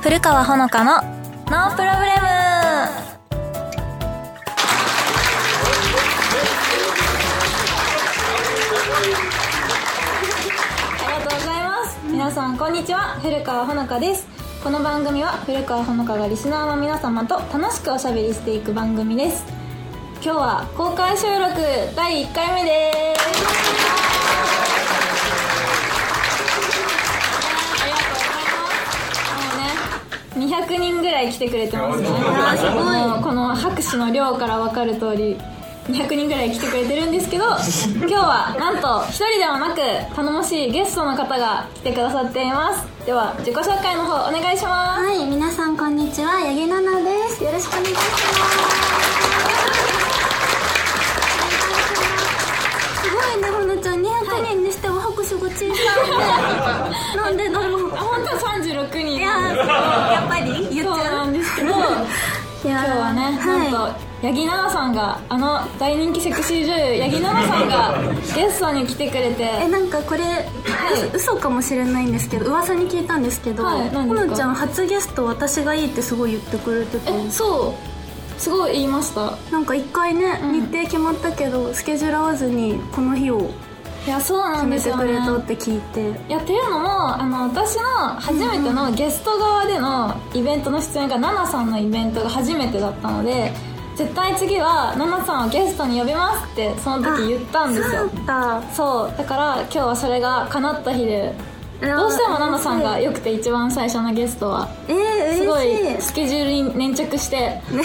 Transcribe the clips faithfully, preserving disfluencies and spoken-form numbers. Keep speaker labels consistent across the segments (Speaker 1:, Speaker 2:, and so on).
Speaker 1: 古川ほのかのノープロブレム。ありがとうございます。皆さんこんにちは、古川ほのかです。この番組は古川ほのかがリスナーの皆様と楽しくおしゃべりしていく番組です。今日は公開収録だいいっかいめです。にひゃくにんぐらい来てくれてますね。あーすごい。この拍手の量から分かる通りにひゃくにんぐらい来てくれてるんですけど、今日はなんとひとりではなく頼もしいゲストの方が来てくださっています。では自己紹介の方お願いします。
Speaker 2: はい、皆さんこんにちは、八木奈々です。よろしくお願いします。すごいね、ほのちゃん、にひゃくにんにしては拍手が小さいね。なんで誰も
Speaker 1: 本当はさんじゅうろくにん。
Speaker 2: いややっぱり言っちゃう。
Speaker 1: そうなんですけど今日はね、なんと、はい、八木奈々さんが、あの大人気セクシー女優八木奈々さんがゲストに来てくれて
Speaker 2: え、なんかこれ、はい、嘘かもしれないんですけど、噂に聞いたんですけど、はい、ほのちゃん初ゲスト私がいいってすごい言ってくれてて。
Speaker 1: え、そうすごい言いました。
Speaker 2: なんか一回ね、うん、日程決まったけどスケジュール合わずにこの日を
Speaker 1: いやそうなんですよね、
Speaker 2: 決めてくれたって聞いて。
Speaker 1: いやっていうのも、あの私の初めてのゲスト側でのイベントの出演がナナさんのイベントが初めてだったので、絶対次はナナさんをゲストに呼びますってその時言ったんですよ。
Speaker 2: そうだった。
Speaker 1: そうだから今日はそれが叶った日で、どうしてもナナさんが良くて一番最初のゲストは、
Speaker 2: えー、
Speaker 1: すごいスケジュールに粘着して、ね、粘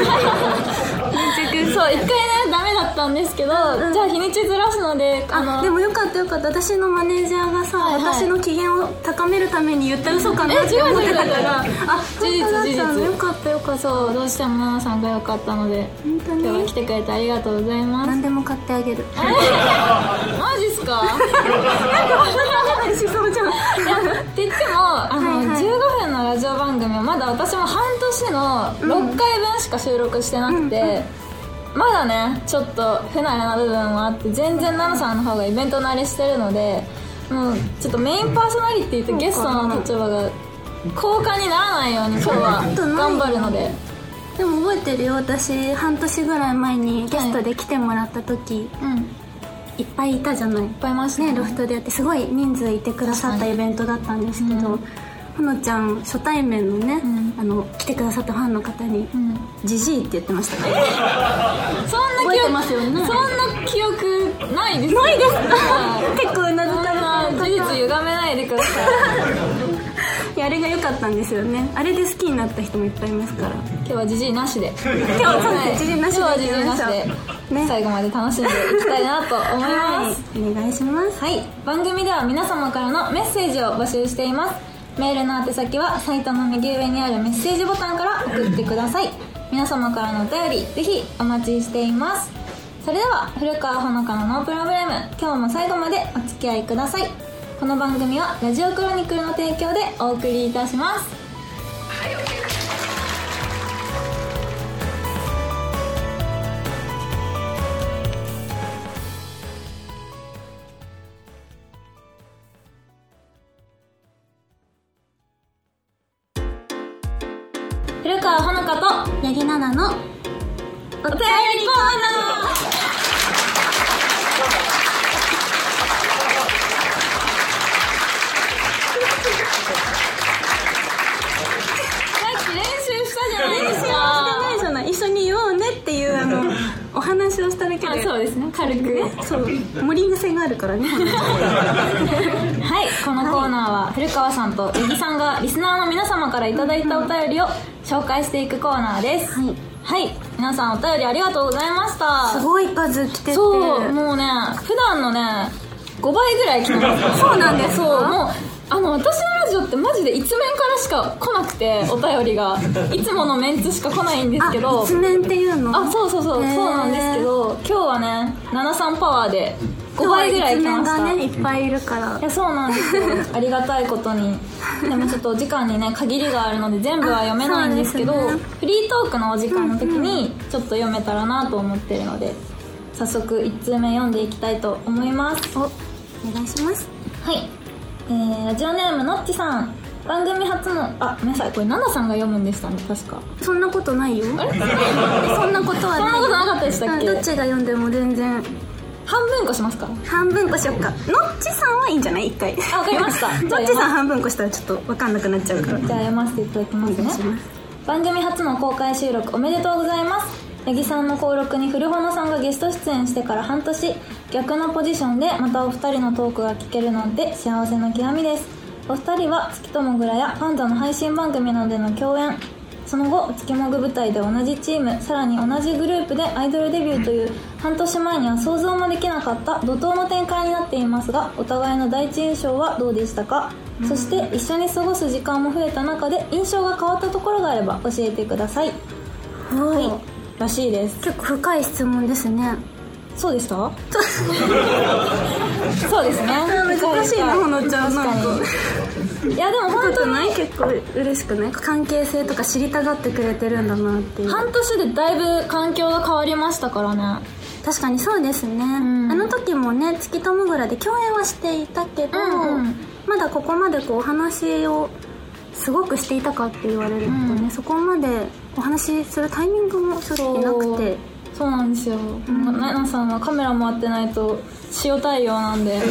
Speaker 1: 着そう一回ねダメだったんですけど、うん、じゃあ日にちずらすので、
Speaker 2: あのでもよかったよかった。私のマネージャーがさ、はいはい、私の機嫌を高めるために言った嘘かなって思ってたから、あ、
Speaker 1: 事実事実。
Speaker 2: よかったよかった。
Speaker 1: そうどうしてもナナさんが良かったので、
Speaker 2: 本当に
Speaker 1: 今日は来てくれてありがとうございます。
Speaker 2: 何でも買ってあげる。
Speaker 1: マジっすか？
Speaker 2: なんか話しそうじゃん。
Speaker 1: って言ってもあの、はいはい、じゅうごふんのラジオ番組はまだ私も半年のろっかいぶんしか収録してなくて、うんうん、まだねちょっと不慣れな部分もあって、全然ナナさんの方がイベント慣れしてるので、もうちょっとメインパーソナリティとゲストの立場が交換にならないように今日は頑張るので。
Speaker 2: でも覚えてるよ、私半年ぐらい前にゲストで来てもらった時、はい、うんいっぱいいたじゃない。いっ
Speaker 1: ぱいいましたね。
Speaker 2: ロフトでやってすごい人数いてくださったイベントだったんですけど、ほのちゃん初対面のね、うん、あの来てくださったファンの方にジジイって言ってましたね。
Speaker 1: そんな記憶ますよね。そんな記憶ないです。
Speaker 2: ないです結構うなずかれた。
Speaker 1: 事実歪めないでください。
Speaker 2: いやあれが良かったんですよね。あれで好きになった人もいっぱいいますから。
Speaker 1: 今日はジジイなしで
Speaker 2: 今日はそうです、ジジイなしで、
Speaker 1: 今日はジジイなしで、ね、最後まで楽しんでいきたいなと思います。
Speaker 2: はい、お願いします。
Speaker 1: はい、番組では皆様からのメッセージを募集しています。メールの宛先はサイトの右上にあるメッセージボタンから送ってください。皆様からのお便りぜひお待ちしています。それでは古川ほのかのノープロブレム、今日も最後までお付き合いください。この番組はラジオクロニクルの提供でお送りいたします。はい、古川ほのかと
Speaker 2: 八木奈々の
Speaker 1: お便りコーナー。
Speaker 2: 一緒に言おうねっていうあのお話をしただけで。
Speaker 1: そうですね、軽くね。
Speaker 2: そう盛り癖があるからね。
Speaker 1: はい、このコーナーは古川さんと八木さんがリスナーの皆様からいただいたお便りを紹介していくコーナーです。はい、はい、皆さんお便りありがとうございました。
Speaker 2: すごい数来てて、
Speaker 1: そうもうね普段のねごばいぐらい来てます。
Speaker 2: そうなんですか。
Speaker 1: そうもうあの私のラジオってマジで一面からしか来なくて、お便りがいつものメンツしか来ないんですけど。
Speaker 2: 一面っていうの？
Speaker 1: あ、そうそうそう、そうなんですけど、今日はねナナさんパワーでごばいぐらい来ました。
Speaker 2: 一面がねいっぱいいるから。
Speaker 1: いやそうなんですよありがたいことに。でもちょっとお時間にね限りがあるので全部は読めないんですけど、ね、フリートークのお時間の時にちょっと読めたらなと思ってるので、早速いち通目読んでいきたいと思います。
Speaker 2: お、お願いします。
Speaker 1: はい、えー、ラジオネームのっちさん、 番組初のあごめんなさい、これナナさんが読むんでしたね確か。
Speaker 2: そんなことないよ。
Speaker 1: あれ
Speaker 2: そんなことはない。
Speaker 1: そんなことなかったでしたっけ。
Speaker 2: どっちが読んでも全然。
Speaker 1: 半分こしますか。
Speaker 2: 半分こしよっか。のっちさんはいいんじゃない？一回。
Speaker 1: あ、わかりました。
Speaker 2: のっちさん半分こしたらちょっと分かんなくなっちゃうから。
Speaker 1: じゃあ読ませていただきますね。番組初の公開収録おめでとうございます。八木さんの登録に古本さんがゲスト出演してから半年、逆のポジションでまたお二人のトークが聞けるなんて幸せの極みです。お二人は月ともぐらやパンダの配信番組などでの共演、その後月もぐ舞台で同じチーム、さらに同じグループでアイドルデビューという半年前には想像もできなかった怒涛の展開になっていますが、お互いの第一印象はどうでしたか？うん、そして一緒に過ごす時間も増えた中で印象が変わったところがあれば教えてください。はい、らしいです。
Speaker 2: 結構深い質問ですね。
Speaker 1: そうでした？そうですね。
Speaker 2: 難しいな、ほのちゃん。なんか
Speaker 1: いやでも本当に
Speaker 2: 結構嬉しくない？関係性とか知りたがってくれてるんだなっていう。
Speaker 1: 半年でだいぶ環境が変わりましたからね。
Speaker 2: 確かにそうですね、うん、あの時もね月ともぐらで共演はしていたけど、うんうん、まだここまでこうお話をすごくしていたかって言われるとね、うん、そこまでお話しするタイミングも正直なくて。
Speaker 1: そうなんですよ、うん、ナナさんはカメラ回ってないと塩対応なんで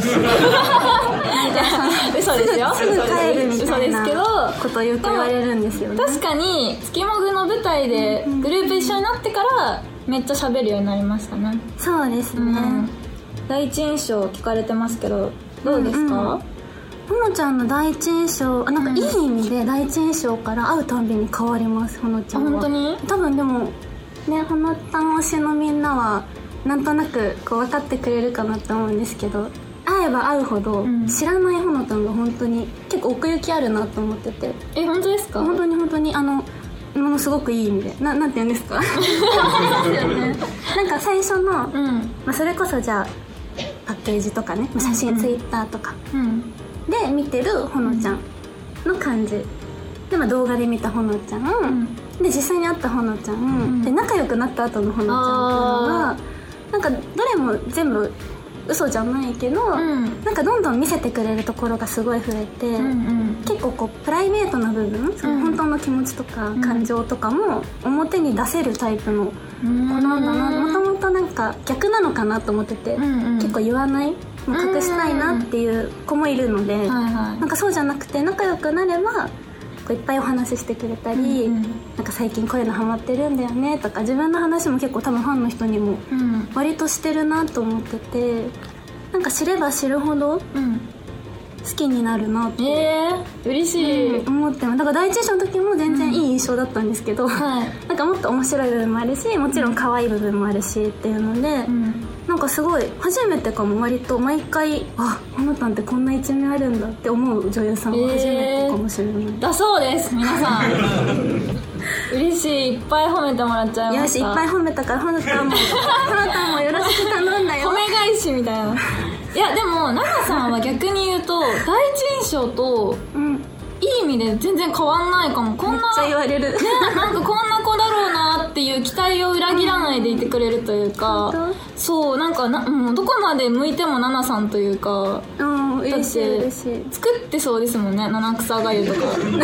Speaker 1: 嘘ですよ、
Speaker 2: すぐ帰るみたいな
Speaker 1: 嘘ですけど
Speaker 2: ことをよく言われるんですよね。
Speaker 1: 確かに月もぐの舞台でグループ一緒になってからめっちゃ喋るようになりましたね。
Speaker 2: そうですね、うん、
Speaker 1: 第一印象聞かれてますけどどうですか？うんうん、
Speaker 2: ほのちゃんの第一印象、あ、なんかいい意味で第一印象から会うたんびに変わります、ほのちゃんは。
Speaker 1: 本当に？
Speaker 2: 多分でもね、ほのたん推しのみんなはなんとなくこう分かってくれるかなと思うんですけど、会えば会うほど知らないほのたんが本当に結構奥行きあるなと思ってて。
Speaker 1: え、本当ですか？
Speaker 2: 本当に本当にあのものすごくいい意味で な, なんて言うんですかなんか最初の、うんまあ、それこそじゃあパッケージとかね、写真、うん、ツイッターとか、うん、で見てるほのちゃんの感じで、まあ、動画で見たほのちゃん、うんで実際に会ったほのちゃん、うん、で仲良くなった後のほのちゃんっていうのがなんかどれも全部嘘じゃないけど、うん、なんかどんどん見せてくれるところがすごい増えて、うんうん、結構こうプライベートな部分、うん、その本当の気持ちとか感情とかも表に出せるタイプの子なんだな、もともとなんか逆なのかなと思ってて、うんうん、結構言わない、もう隠したいなっていう子もいるので、うんうん、なんかそうじゃなくて仲良くなればいっぱいお話ししてくれたり、うんうん、なんか最近こういうのハマってるんだよねとか、自分の話も結構多分ファンの人にも割としてるなと思ってて、なんか知れば知るほど好きになるなって、
Speaker 1: えー、嬉しい、
Speaker 2: うん、思ってます。だから第一印象の時も全然いい印象だったんですけど、うんはい、なんかもっと面白い部分もあるし、もちろん可愛い部分もあるしっていうので、うん、なんかすごい初めてかも、割と毎回あ、ほのたんってこんな一面あるんだって思う女優さんは初めてかもしれない、えー、
Speaker 1: だそうです皆さん嬉しい、いっぱい褒めてもらっちゃいました。
Speaker 2: よし、いっぱい褒めたからほのたんもほのたんもよろしく頼んだよ
Speaker 1: 褒め返しみたいな。いやでもナナさんは逆に言うと第一印象と、うん、いい意味で全然変わんないかも。こんな
Speaker 2: めっちゃ言われる、
Speaker 1: ね、なんかこんな子だろうなっていう期待を裏切らないでいてくれるというか、うん、そうなんかな、もうどこまで向いてもナナさんというか、
Speaker 2: うん、嬉しい嬉しい。
Speaker 1: 作ってそうですもんね、七草がゆとかバカ
Speaker 2: にしてる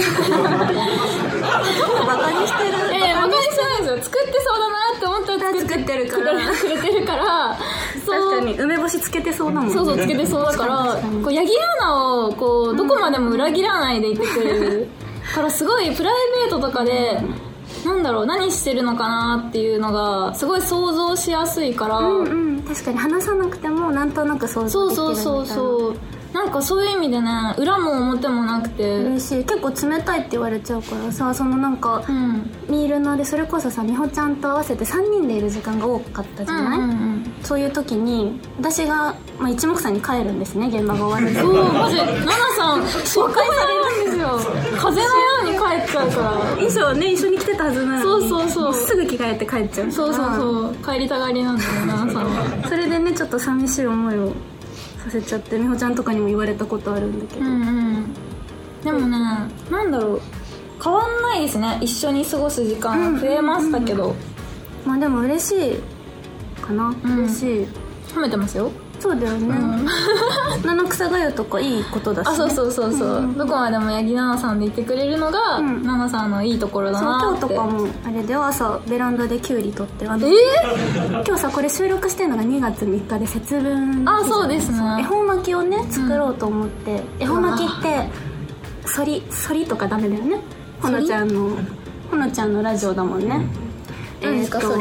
Speaker 1: えー、バカにしてないですよ。作ってそうだなって思ったら作ってるからくれてるから
Speaker 2: そう確かに梅干しつけてそうだもんね。
Speaker 1: そうそうつけてそうだからこうヤギアナをこうどこまでも裏切らないでいてくれる、うん、からすごいプライベートとかでなんだろう、何してるのかなっていうのがすごい想像しやすいから、
Speaker 2: うんうん、確かに話さなくてもなんとなく想像できるみたいな。そうそうそうそう、
Speaker 1: なんかそういう意味でね、裏も表もなくて
Speaker 2: 嬉しい。結構冷たいって言われちゃうからさ、そのなんか、うん、ミールナでそれこそさ、美穂ちゃんと合わせてさんにんでいる時間が多かったじゃない、うんうんうん、そういう時に私が、まあ、一目散に帰るんですね、現場が終わると。
Speaker 1: そうマジナナさん紹介されるんですよ風のように帰っちゃうから
Speaker 2: 衣装ね一緒に着てたはずなのに、
Speaker 1: そうそうそう
Speaker 2: すぐ着替えて帰っちゃう。
Speaker 1: そうそうそう、帰りたがりなんだよナナさんは。
Speaker 2: それでねちょっと寂しい思いをさせちゃって、美穂ちゃんとかにも言われたことあるんだけど、うんうん、
Speaker 1: でもね、なんだろう、変わんないですね、一緒に過ごす時間増えましたけど、うんうんうん、
Speaker 2: まあでも嬉しいかな、うん、嬉しい。
Speaker 1: 褒めてますよ。
Speaker 2: そうだよね、うん、七草がゆとかいいことだし、ね、
Speaker 1: あそうそうそうそう、うん、どこまでも八木奈々さんでいてくれるのが、うん、奈々さんのいいところだなって。
Speaker 2: そう今日とかもあれで朝ベランダでキュウリ取ってあの、えー、今日さこれ収録してるのがにがつみっかで節分。
Speaker 1: あそうですね。
Speaker 2: 恵方巻きをね作ろうと思って、うん、恵方巻きって反り反りとかダメだよね。ほのちゃんのほのちゃんのラジオだもんね。
Speaker 1: 何ですかそれ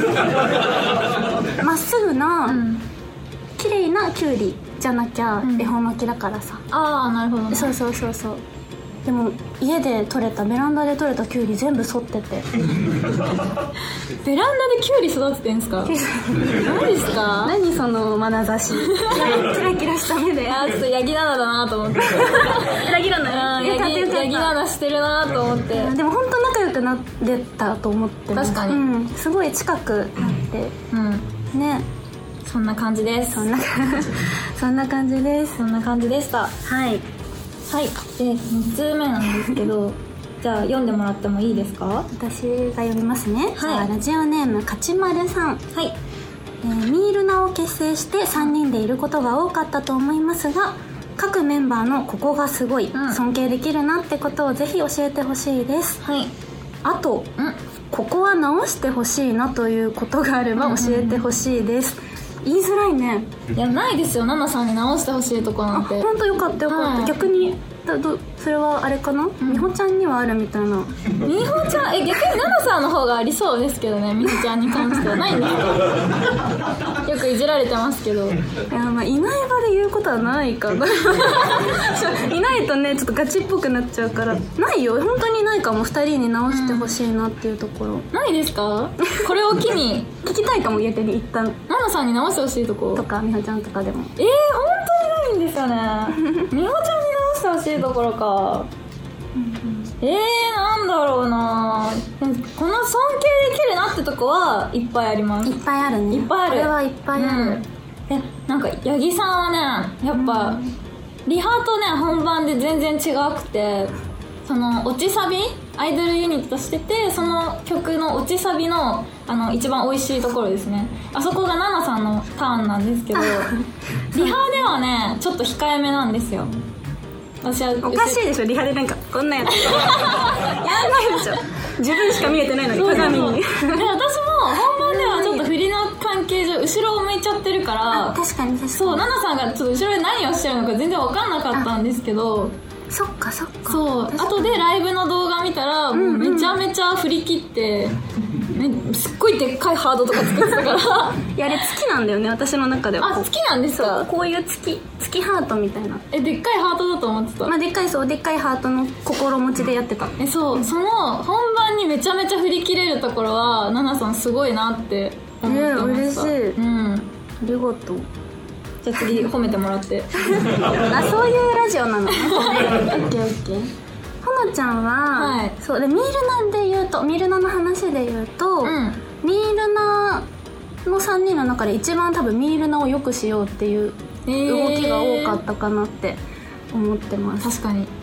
Speaker 2: まっすぐな、うん、綺麗なキュウリじゃなきゃ恵方巻きだからさ、
Speaker 1: うん、ああなるほど、ね、
Speaker 2: そうそうそうそう。でも家で採れたベランダで採れたキュウリ全部剃ってて
Speaker 1: ベランダでキュウリ育ててんすか何ですか
Speaker 2: 何その眼差しキラキラした目で。
Speaker 1: あちょっとヤギナナだなと思って
Speaker 2: ヤギナナ
Speaker 1: ヤギナナしてるなと思って。
Speaker 2: でも本当仲良くなってたと思ってます。
Speaker 1: 確かに、
Speaker 2: うん、すごい近くなってうんね。
Speaker 1: そんな感じです。
Speaker 2: そんなそんな感じです。
Speaker 1: そんな感じでした。
Speaker 2: はい
Speaker 1: はい。でみっつめなんですけどじゃあ読んでもらってもいいですか。
Speaker 2: 私が読みますね、はい、じゃあラジオネームかちまるさん。
Speaker 1: はい、
Speaker 2: えー、ミールナを結成してさんにんでいることが多かったと思いますが各メンバーのここがすごい、うん、尊敬できるなってことをぜひ教えてほしいです。
Speaker 1: はい。
Speaker 2: あと、うん、ここは直してほしいなということがあれば教えてほしいです、うんうん、言いづらいね。
Speaker 1: いやないですよ奈々さんに直してほしいとこなんて。
Speaker 2: 本当よかったよかった、うん、逆にだどそれはあれかな、うん、美穂ちゃんにはあるみたいな。
Speaker 1: 美穂ちゃんえ逆に奈々さんの方がありそうですけどね。美穂ちゃんに関してはないんですかよくいじられてますけど。い
Speaker 2: や、まあ、いない場で言うことはないかな。いないとねちょっとガチっぽくなっちゃうから。ないよ本当にないかも。ふたりに直してほしいなっていうところ、うん、
Speaker 1: ないですかこれを機に
Speaker 2: 聞きたいかも逆に一旦
Speaker 1: 奈々さんに直してほしいとこと
Speaker 2: か美穂ちゃんとかでも。
Speaker 1: えー本当にないんですよね。美穂ちゃんに直してほしいところかうん、うん、えーなんだろうな。この尊敬できるなってとこはいっぱいあります。
Speaker 2: いっぱいあるね。
Speaker 1: いっぱいある。
Speaker 2: これはいっぱいある、うん、
Speaker 1: えなんか八木さんはねやっぱ、うん、リハとね本番で全然違くてその落ちサビアイドルユニットとしててその曲の落ちサビのあの一番美味しいところですね。あそこが奈々さんのターンなんですけどリハではねちょっと控えめなんですよ。私は
Speaker 2: おかしいでしょリハでなんかこんなやつやらないでしょ。自分しか見えてないのに鏡に。で
Speaker 1: 私も本番ではちょっと振りの関係上後ろを向いちゃってるから
Speaker 2: 確かに確かに
Speaker 1: そう奈々さんがちょっと後ろで何をしてるのか全然分かんなかったんですけど
Speaker 2: そっかそっか
Speaker 1: そう後でライブの動画見たら、うんうん、もうめちゃめちゃ振り切ってすっごいでっかいハードとか作ってたから
Speaker 2: いやあれ月なんだよね私の中では。
Speaker 1: あ月なんですか。
Speaker 2: こういう月月ハートみたいな。
Speaker 1: えでっかいハートだと思ってた。
Speaker 2: まあでっかいそうでっかいハートの心持ちでやってた。
Speaker 1: えそう、うん、その本番にめちゃめちゃ振り切れるところは奈々さんすごいなって思ってました。
Speaker 2: えー、嬉しい、うん、ありがとう。
Speaker 1: じゃあ次褒めてもらって
Speaker 2: あそういうラジオなのね。オッケーオッケー。ほのちゃんは、はい、そうでミールナで言うとミールナの話で言うと、うん、ミールナのさんにんの中で一番多分ミールナを良くしようっていう動きが多かったかなって思ってます、
Speaker 1: 確かに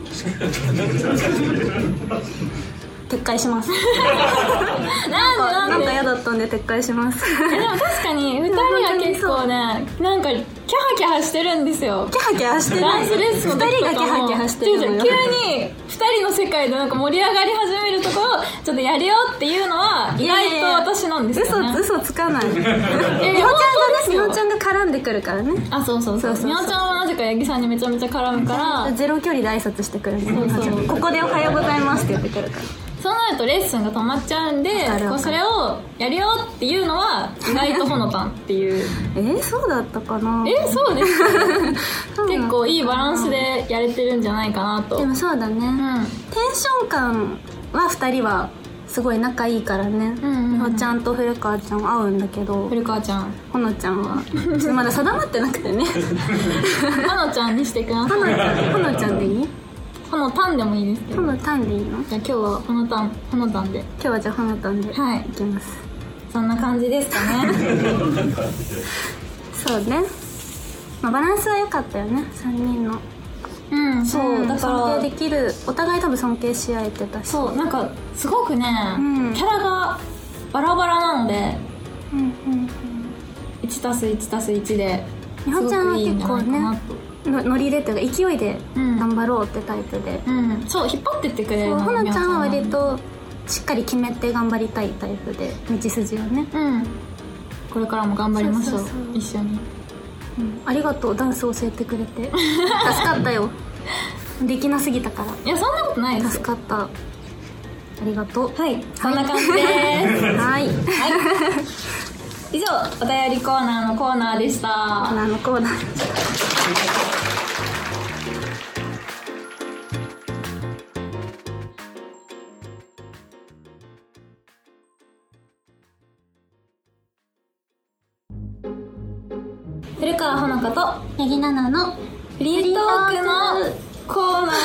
Speaker 2: 撤回します
Speaker 1: なんか
Speaker 2: なんか嫌だったんで撤回します
Speaker 1: でも確かにふたりが結構ねなんかキャハキャハしてるんですよ。
Speaker 2: キャハキャハしてる
Speaker 1: ダンスレッスンの時とかも
Speaker 2: ふたりがキャハキャハしてるのよ。
Speaker 1: 急にふたりの世界でなんか盛り上がり始めるところちょっとやるよっていうのは意外と私なんですよね。
Speaker 2: 嘘嘘つかないみほちゃんがねみほちゃんが絡んでくるからね。
Speaker 1: あそうそうそうそうみほちゃんはなぜか八木さんにめちゃめちゃ絡むから
Speaker 2: ゼロ距離で挨拶してくるんでそうそうここでおはようございますって言ってくるから
Speaker 1: そうなるとレッスンが止まっちゃうんでこうそれをやるよっていうのは意外とほのたんっていう
Speaker 2: えー、そうだったかな。
Speaker 1: えー、そうです結構いいバランスでやれてるんじゃないかなと。
Speaker 2: でもそうだね、うん、テンション感はふたりはすごい仲いいからね。みほちゃんと古川ちゃんは合うんだけど
Speaker 1: 古川ちゃん
Speaker 2: ほのちゃんはちょまだ定まってなくてね
Speaker 1: ほのちゃんにしてください。
Speaker 2: ほのちゃんほのちゃんでいい
Speaker 1: ほのたんでもいいですけど。
Speaker 2: ほのたんでいいの。
Speaker 1: じゃあ今日はほのたんほのたんで
Speaker 2: 今日はじゃあほのたんで
Speaker 1: はい
Speaker 2: いきます。
Speaker 1: そんな感じですかね
Speaker 2: そうね、まあ、バランスは良かったよねさんにんの。
Speaker 1: うんそう、うん、だから
Speaker 2: 尊敬できるお互い多分尊敬し合えてたし
Speaker 1: そうなんかすごくね、うん、キャラがバラバラなので、うんうんうん、いちたすいちたすいち で
Speaker 2: 美穂ちゃんは結構ねノリでというか勢いで頑張ろうってタイプで、
Speaker 1: うんうん、そう引っ張ってってくれるの。
Speaker 2: ほのちゃんは割としっかり決めて頑張りたいタイプで、道筋をね、
Speaker 1: うん、これからも頑張りましょう。そうそうそう、一緒に、
Speaker 2: うん、ありがとう、ダンス教えてくれて助かったよできなすぎたから。
Speaker 1: いやそんなことないですよ。
Speaker 2: 助かった、ありがとう。
Speaker 1: はい、そんな感じですはい、はい、以上お便りコーナーのコーナーでした。コ
Speaker 2: ーナーのコーナー
Speaker 1: 古川ほのかと
Speaker 2: 八木奈々の
Speaker 1: フリートークのコーナー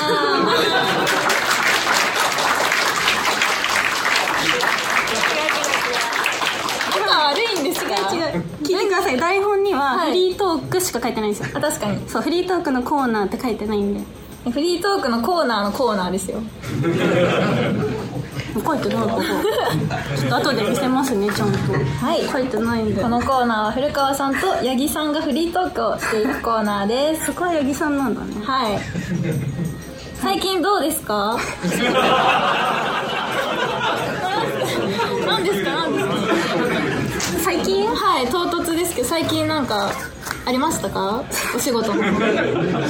Speaker 1: 今悪いんですか？
Speaker 2: 違う、聞いてください。台本にはフリートークしか書いてないんですよ。
Speaker 1: あ、確かに。
Speaker 2: そう、フリートークのコーナーって書いてないんで。
Speaker 1: フリートークのコーナーのコーナーですよ
Speaker 2: 書いてないことちょっと後で見せますね、ちゃんと。
Speaker 1: はい、
Speaker 2: 書いてないんで。
Speaker 1: このコーナーは古川さんと八木さんがフリートークをしていくコーナーです。
Speaker 2: そこは八木さんなんだね。
Speaker 1: はい。最近どうですか？何ですか何ですか？
Speaker 2: 最近？
Speaker 1: はい、唐突ですけど最近なんかありましたか？お仕事も最近ね、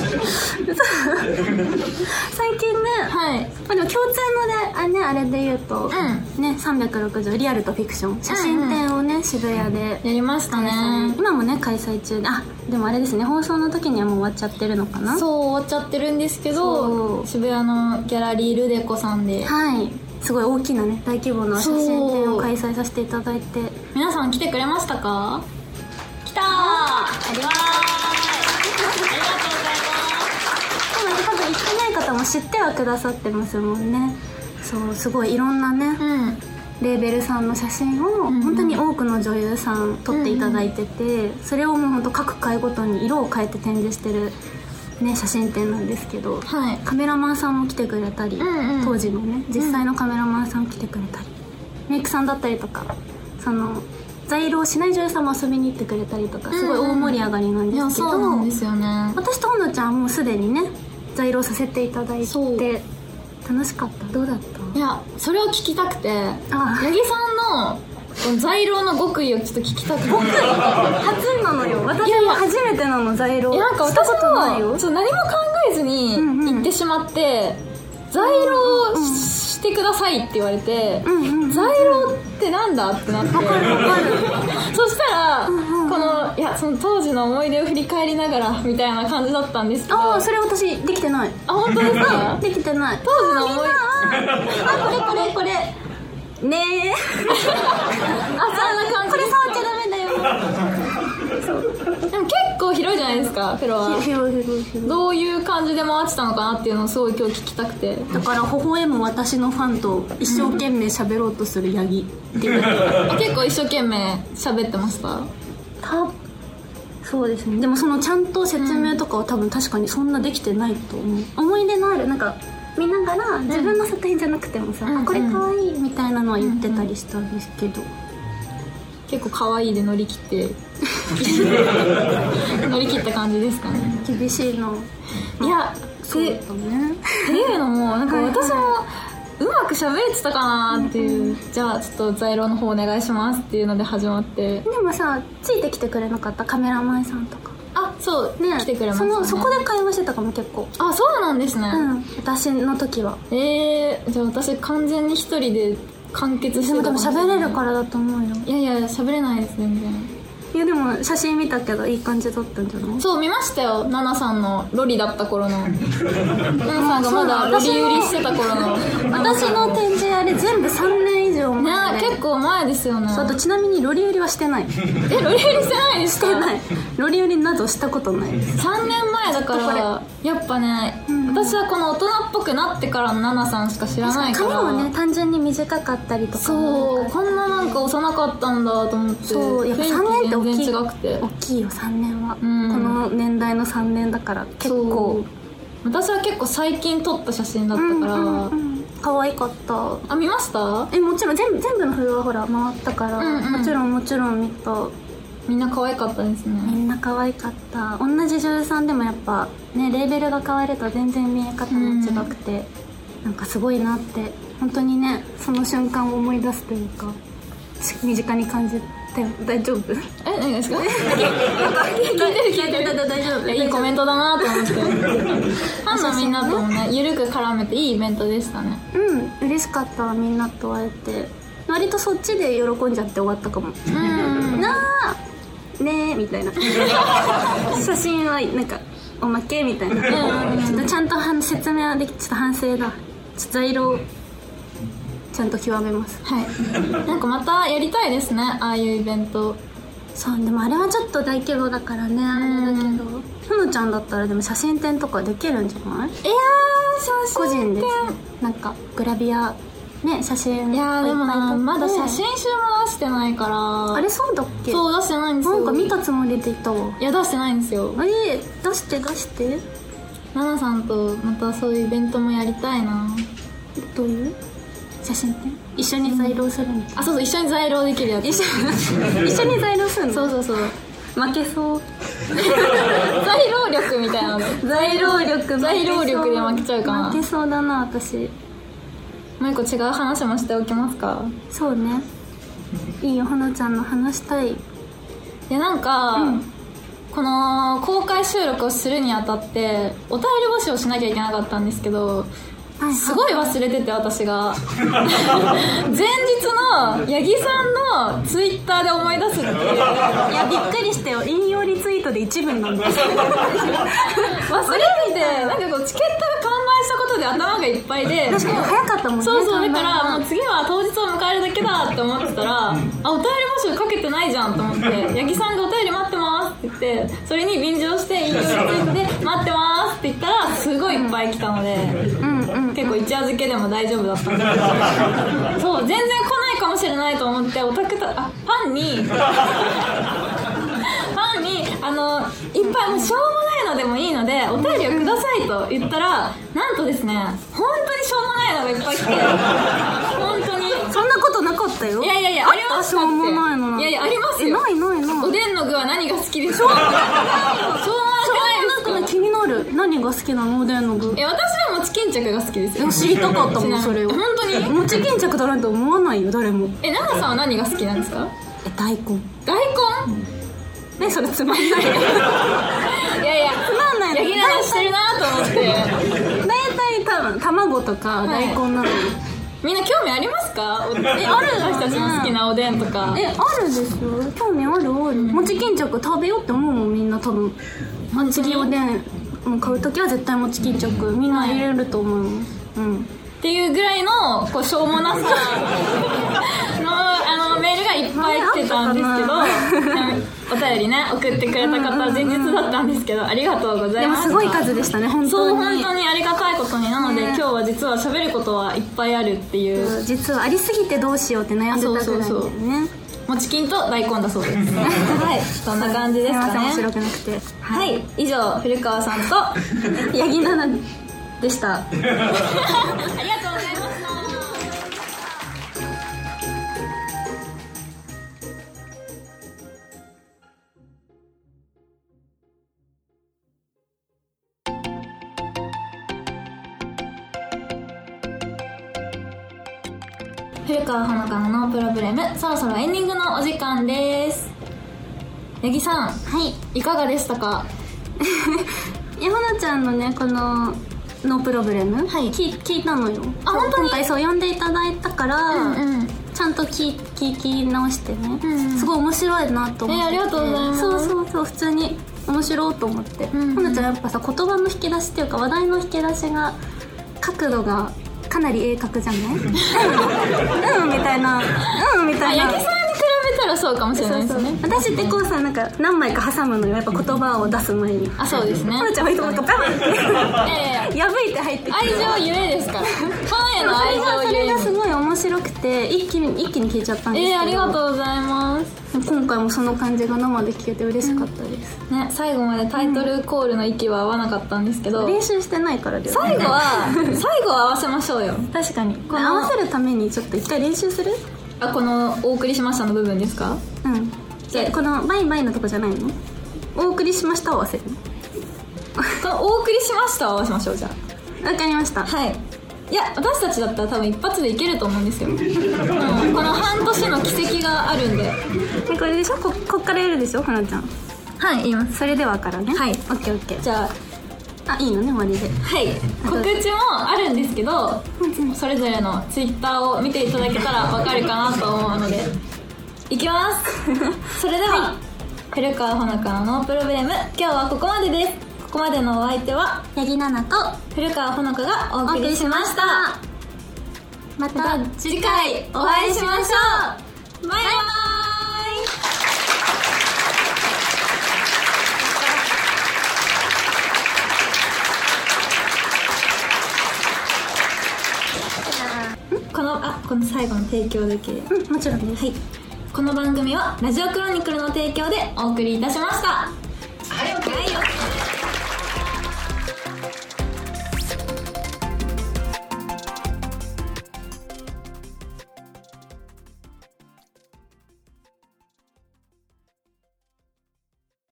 Speaker 2: はい、まあ、でも共通のであ、ね、あれで言うと、
Speaker 1: うん、
Speaker 2: ね、さんびゃくろくじゅうリアルとフィクション写真展をね、うんうん、渋谷で
Speaker 1: やりましたね。
Speaker 2: 今もね開催中で、あ、でもあれですね、放送の時にはもう終わっちゃってるのかな。
Speaker 1: そう終わっちゃってるんですけど、渋谷のギャラリールデコさんで、
Speaker 2: はい、すごい大きなね大規模な写真展を開催させていただいて、
Speaker 1: 皆さん来てくれましたか？来たー、ありがとうございます。
Speaker 2: でも多分行ってない方も知ってはくださってますもんね。そう、すごいいろんなね、うん、レーベルさんの写真を本当に多くの女優さん撮っていただいてて、うんうん、それをもう本当各回ごとに色を変えて展示してる、ね、写真展なんですけど、はい、カメラマンさんも来てくれたり、うんうん、当時のね実際のカメラマンさん来てくれたり、メイクさんだったりとか、その在廊しない女優さんも遊びに行ってくれたりとか、すごい大盛り上がりなんですけど、うんうん、そうなんですよね。私とほのちゃんはもうすでにね在廊させていただいて楽しかった。どうだった？
Speaker 1: いや、それを聞きたくて、八木さんの在廊の極意をちょっと聞きたくて。極意
Speaker 2: 初なのよ。私も初めてなの、在廊。
Speaker 1: なんか私もそう何も考えずに行ってしまって、うんうん、在廊してくださいって言われて、うんうん、在廊ってなんだってなって、分かる分かるそしたら、うんうん、このいやその当時の思い出を振り返りながらみたいな感じだったんですけど、
Speaker 2: ああ、それ私できてない。
Speaker 1: あ、本当ですか？
Speaker 2: できてない。
Speaker 1: 当時の思い出、
Speaker 2: あ、これこれこれねえあ、そんな感じ。これ触っちゃダメだよ
Speaker 1: そうでも結構広いじゃないですか、フロア。広い広い広い。どういう感じで回ってたのかなっていうのをすごい今日聞きたくて。
Speaker 2: だから微笑む私のファンと一生懸命喋ろうとするヤギっていう、
Speaker 1: うん、結構一生懸命喋ってました？
Speaker 2: たそうですね。でもそのちゃんと説明とかは多分確かにそんなできてないと思う。思い出のあるなんか見ながら自分の作品じゃなくてもさ、うん、あ、これかわいいみたいなのは言ってたりしたんですけど、うんうん、
Speaker 1: 結構かわいいで乗り切って乗り切った感じですかね。
Speaker 2: 厳しいの。
Speaker 1: いや、そうだね。っていうのもなんか私もうまく喋れてたかなっていう、うんうん、じゃあちょっと在廊の方お願いしますっていうので始まって。で
Speaker 2: もさ、ついてきてくれなかった？カメラマンさんとか。
Speaker 1: あ、そう、ね、来てくれましたね。
Speaker 2: そのそこで会話してたかも結構。
Speaker 1: あ、そうなんですね。うん、
Speaker 2: 私の時は。
Speaker 1: えー、じゃあ私完全に一人で完結してたかもしれない。
Speaker 2: でも多分喋れるからだと思うよ。
Speaker 1: いやいや喋れないです全然。
Speaker 2: いやでも写真見たけどいい感じだったんじゃない？
Speaker 1: そう見ましたよ。ナナさんのロリだった頃のナナさんがまだロリ売りしてた頃の
Speaker 2: 私の展示あれ全部さんねん以上前
Speaker 1: で、ね、結構前ですよね。
Speaker 2: そう、あとちなみにロリ売りはしてない。
Speaker 1: え、ロリ売りしてないですか？
Speaker 2: してない。ロリ売りなどしたことないです。
Speaker 1: さんねんまえだからやっぱね、うん、私はこの大人っぽくなってからのナナさんしか知らないから。
Speaker 2: 髪もね単純に短かったりとか。
Speaker 1: そう、こんななんか幼かったんだと思って。
Speaker 2: そう、やっぱさんねんって大きい。
Speaker 1: 全然違くて
Speaker 2: 大きいよさんねんは、うん、この年代のさんねんだから結構。
Speaker 1: 私は結構最近撮った写真だったから、うんうんうん、
Speaker 2: 可愛かった。
Speaker 1: あ、見ました？
Speaker 2: え、もちろん全部全部のフロアほら回ったから、うんうん、もちろんもちろん見た。
Speaker 1: みんな可愛かったですね。
Speaker 2: みんな可愛かった。同じ女優さんでもやっぱねレーベルが変わると全然見え方も違くて、うん、なんかすごいなって本当にねその瞬間を思い出すというか身近に感じて。大丈夫？え、
Speaker 1: 何ですか？聞いてる聞いてる大丈夫。いいコメントだなと思ってファンのみんなともねゆるく絡めていいイベントでしたね。
Speaker 2: うん嬉しかった。みんなと会えて割とそっちで喜んじゃって終わったかも。うんなあねえみたいな写真はなんかおまけみたいなちょっとちゃんと説明はできちょっと反省だ。ちょっと在廊ちゃんと極めます。
Speaker 1: はいなんかまたやりたいですねああいうイベント。
Speaker 2: そうでもあれはちょっと大規模だからねあれだけどほのちゃんだったらでも写真展とかできるんじゃない？いや
Speaker 1: ー写真展
Speaker 2: 個人でなんかグラビアね写真
Speaker 1: いやーでもなまだ写真集も出してないから
Speaker 2: あれそうだっけ？
Speaker 1: そう出してないんですよ。
Speaker 2: なんか見たつもりでいたわ。
Speaker 1: いや出してないんですよ。
Speaker 2: えー、出して出して
Speaker 1: ナナさんとまたそういうイベントもやりたいな。
Speaker 2: どういう写真展？一緒に在廊するみたいな、
Speaker 1: あそうそう一緒に在廊できるやつ
Speaker 2: 一緒一緒に在廊するの？
Speaker 1: そうそうそう
Speaker 2: 負けそう
Speaker 1: 在廊力みたいなの
Speaker 2: 在廊力
Speaker 1: 在廊力で負けちゃうかな。
Speaker 2: 負けそうだな私。
Speaker 1: もう一個違う話もしておきますか？
Speaker 2: そうねいいよほのちゃんの話したい。い
Speaker 1: やなんか、うん、この公開収録をするにあたってお便り募集をしなきゃいけなかったんですけどすごい忘れてて私が前日の八木さんのツイッターで思い出すっていうい
Speaker 2: やびっくりしたよ。引用リツイートで一文なんです忘れ
Speaker 1: ててなんかこうチケットが完売したことで頭がいっぱいで
Speaker 2: 確かに早かったもんね。
Speaker 1: そうそうだからもう次は当日を迎えるだけだって思ってたらあお便り募集かけてないじゃんと思って八木さんがお便り待ってますって言ってそれに便乗して引用リツイートで待ってますって言ったらすごいいっぱい来たのでうんうん結構一夜漬けでも大丈夫だったんですけどそう全然来ないかもしれないと思ってオタクたあファンにファンにあのいっぱいもうしょうもないのでもいいのでお便りをくださいと言ったらなんとですね本当にしょうもないのがいっぱい来て本当に
Speaker 2: そんなことなかったよ。
Speaker 1: いやいやいやありましたって。
Speaker 2: しょうもないの
Speaker 1: いやいやありますよ。
Speaker 2: ないないない。
Speaker 1: おでんの具は何が好きですか？しょうもなく
Speaker 2: ないですか？気になる。何が好きなのおでんの具？
Speaker 1: え私はもち巾着が好きですよ。
Speaker 2: 知りたかったもんそれを。
Speaker 1: 本当に？
Speaker 2: もち巾着だなんて思わないよ誰も。
Speaker 1: えナナさんは何が好きなんですか？
Speaker 2: え大根。
Speaker 1: 大根？
Speaker 2: ねそれつまんない。いやい
Speaker 1: や
Speaker 2: つまんない。
Speaker 1: ヤギナナしてるなと思って。
Speaker 2: 大体多分卵とか大根なのに。
Speaker 1: みんな興味ありますか？えある私たちの好きなおでんとか。
Speaker 2: えあるですよ。興味あるある。もち巾着食べようって思うもんみんな多分。次おでん買うときは絶対もち巾着みんな入れると思う、はいうん、って
Speaker 1: いうぐらいのこうしょうもなさのあのメールがいっぱい来てたんですけどお便りね送ってくれた方は前日だったんですけどありがとうございます。
Speaker 2: でもすごい数でしたね本当に。
Speaker 1: そう本当にありがたいことになので、ね、今日は実は喋ることはいっぱいあるっていう、
Speaker 2: 実はありすぎてどうしようって悩んでたぐらいでね。そうそうそう
Speaker 1: もち巾と大根だそうですはいそんな感じですかね。
Speaker 2: 面白くなくて
Speaker 1: はい、はい、以上古川さんと
Speaker 2: 八木奈々でしたありがとうございま
Speaker 1: した古川ほのかのノープロブレムそろそろエンディングのお時間です。八木さんはいいかがでしたか？
Speaker 2: いやほのちゃんのねこのノープロブレム、はい、聞, 聞いたのよ。
Speaker 1: あ本当に？
Speaker 2: 今回そう呼んでいただいたから、うんうん、ちゃんと聞, 聞き直してね、うんうん、すごい面白いなと思って、
Speaker 1: えー、ありがとうございます。
Speaker 2: そうそうそう普通に面白いと思って、うんうん、ほのちゃんやっぱさ言葉の引き出しっていうか話題の引き出しが角度がかなり鋭角じゃない？うんみたいなうんみたいな。
Speaker 1: 八木さんに比べたらそうかもしれないですね。
Speaker 2: そうそう私ってこうさなんか何枚か挟むのよやっぱ言葉を出す前に。
Speaker 1: あそうですね。
Speaker 2: ほのちゃんはいつもとかって破いて入ってくる。
Speaker 1: 愛情ゆえですから。ファンへの愛情ゆえ。
Speaker 2: それがすごい面白くて一気に一気に聞いちゃったんですけど。
Speaker 1: えー、ありがとうございます。
Speaker 2: 今回もその感じが生で聞けて嬉しかったです、
Speaker 1: うん、ね最後までタイトルコールの息は合わなかったんですけど、
Speaker 2: 練習してないからです、ね、
Speaker 1: 最後は最後は合わせましょうよ。
Speaker 2: 確かにこの合わせるためにちょっと一回練習する？
Speaker 1: あこのお送りしましたの部分ですか？
Speaker 2: うんじゃあこのバイバイのとこじゃないの？お送りしましたを合わせるの？
Speaker 1: このお送りしましたを合わせましょう。じゃ
Speaker 2: あわかりました。
Speaker 1: はい。いや私たちだったら多分一発でいけると思うんですよ。うん、この半年の奇跡があるんで。
Speaker 2: これでしょ、こ, こっからやるでしょ花ちゃん。
Speaker 1: はい、言います。
Speaker 2: それではからね。
Speaker 1: はい、
Speaker 2: オッケーオッケー。
Speaker 1: じゃ
Speaker 2: ああいいのね、終わりで。
Speaker 1: はい、告知もあるんですけど、それぞれのツイッターを見ていただけたらわかるかなと思うのでいきますそれでは、はい、古川ほのかのノープロブレム、今日はここまでです。ここまでのお相手は
Speaker 2: 八木奈々と
Speaker 1: 古川ほのかがお送りしました。
Speaker 2: また
Speaker 1: 次回お会いしましょう。バイバイ。このあこの最後の提供だけ。
Speaker 2: うん、もちろんです。
Speaker 1: はい。この番組はラジオクロニクルの提供でお送りいたしました。はい、オッケー。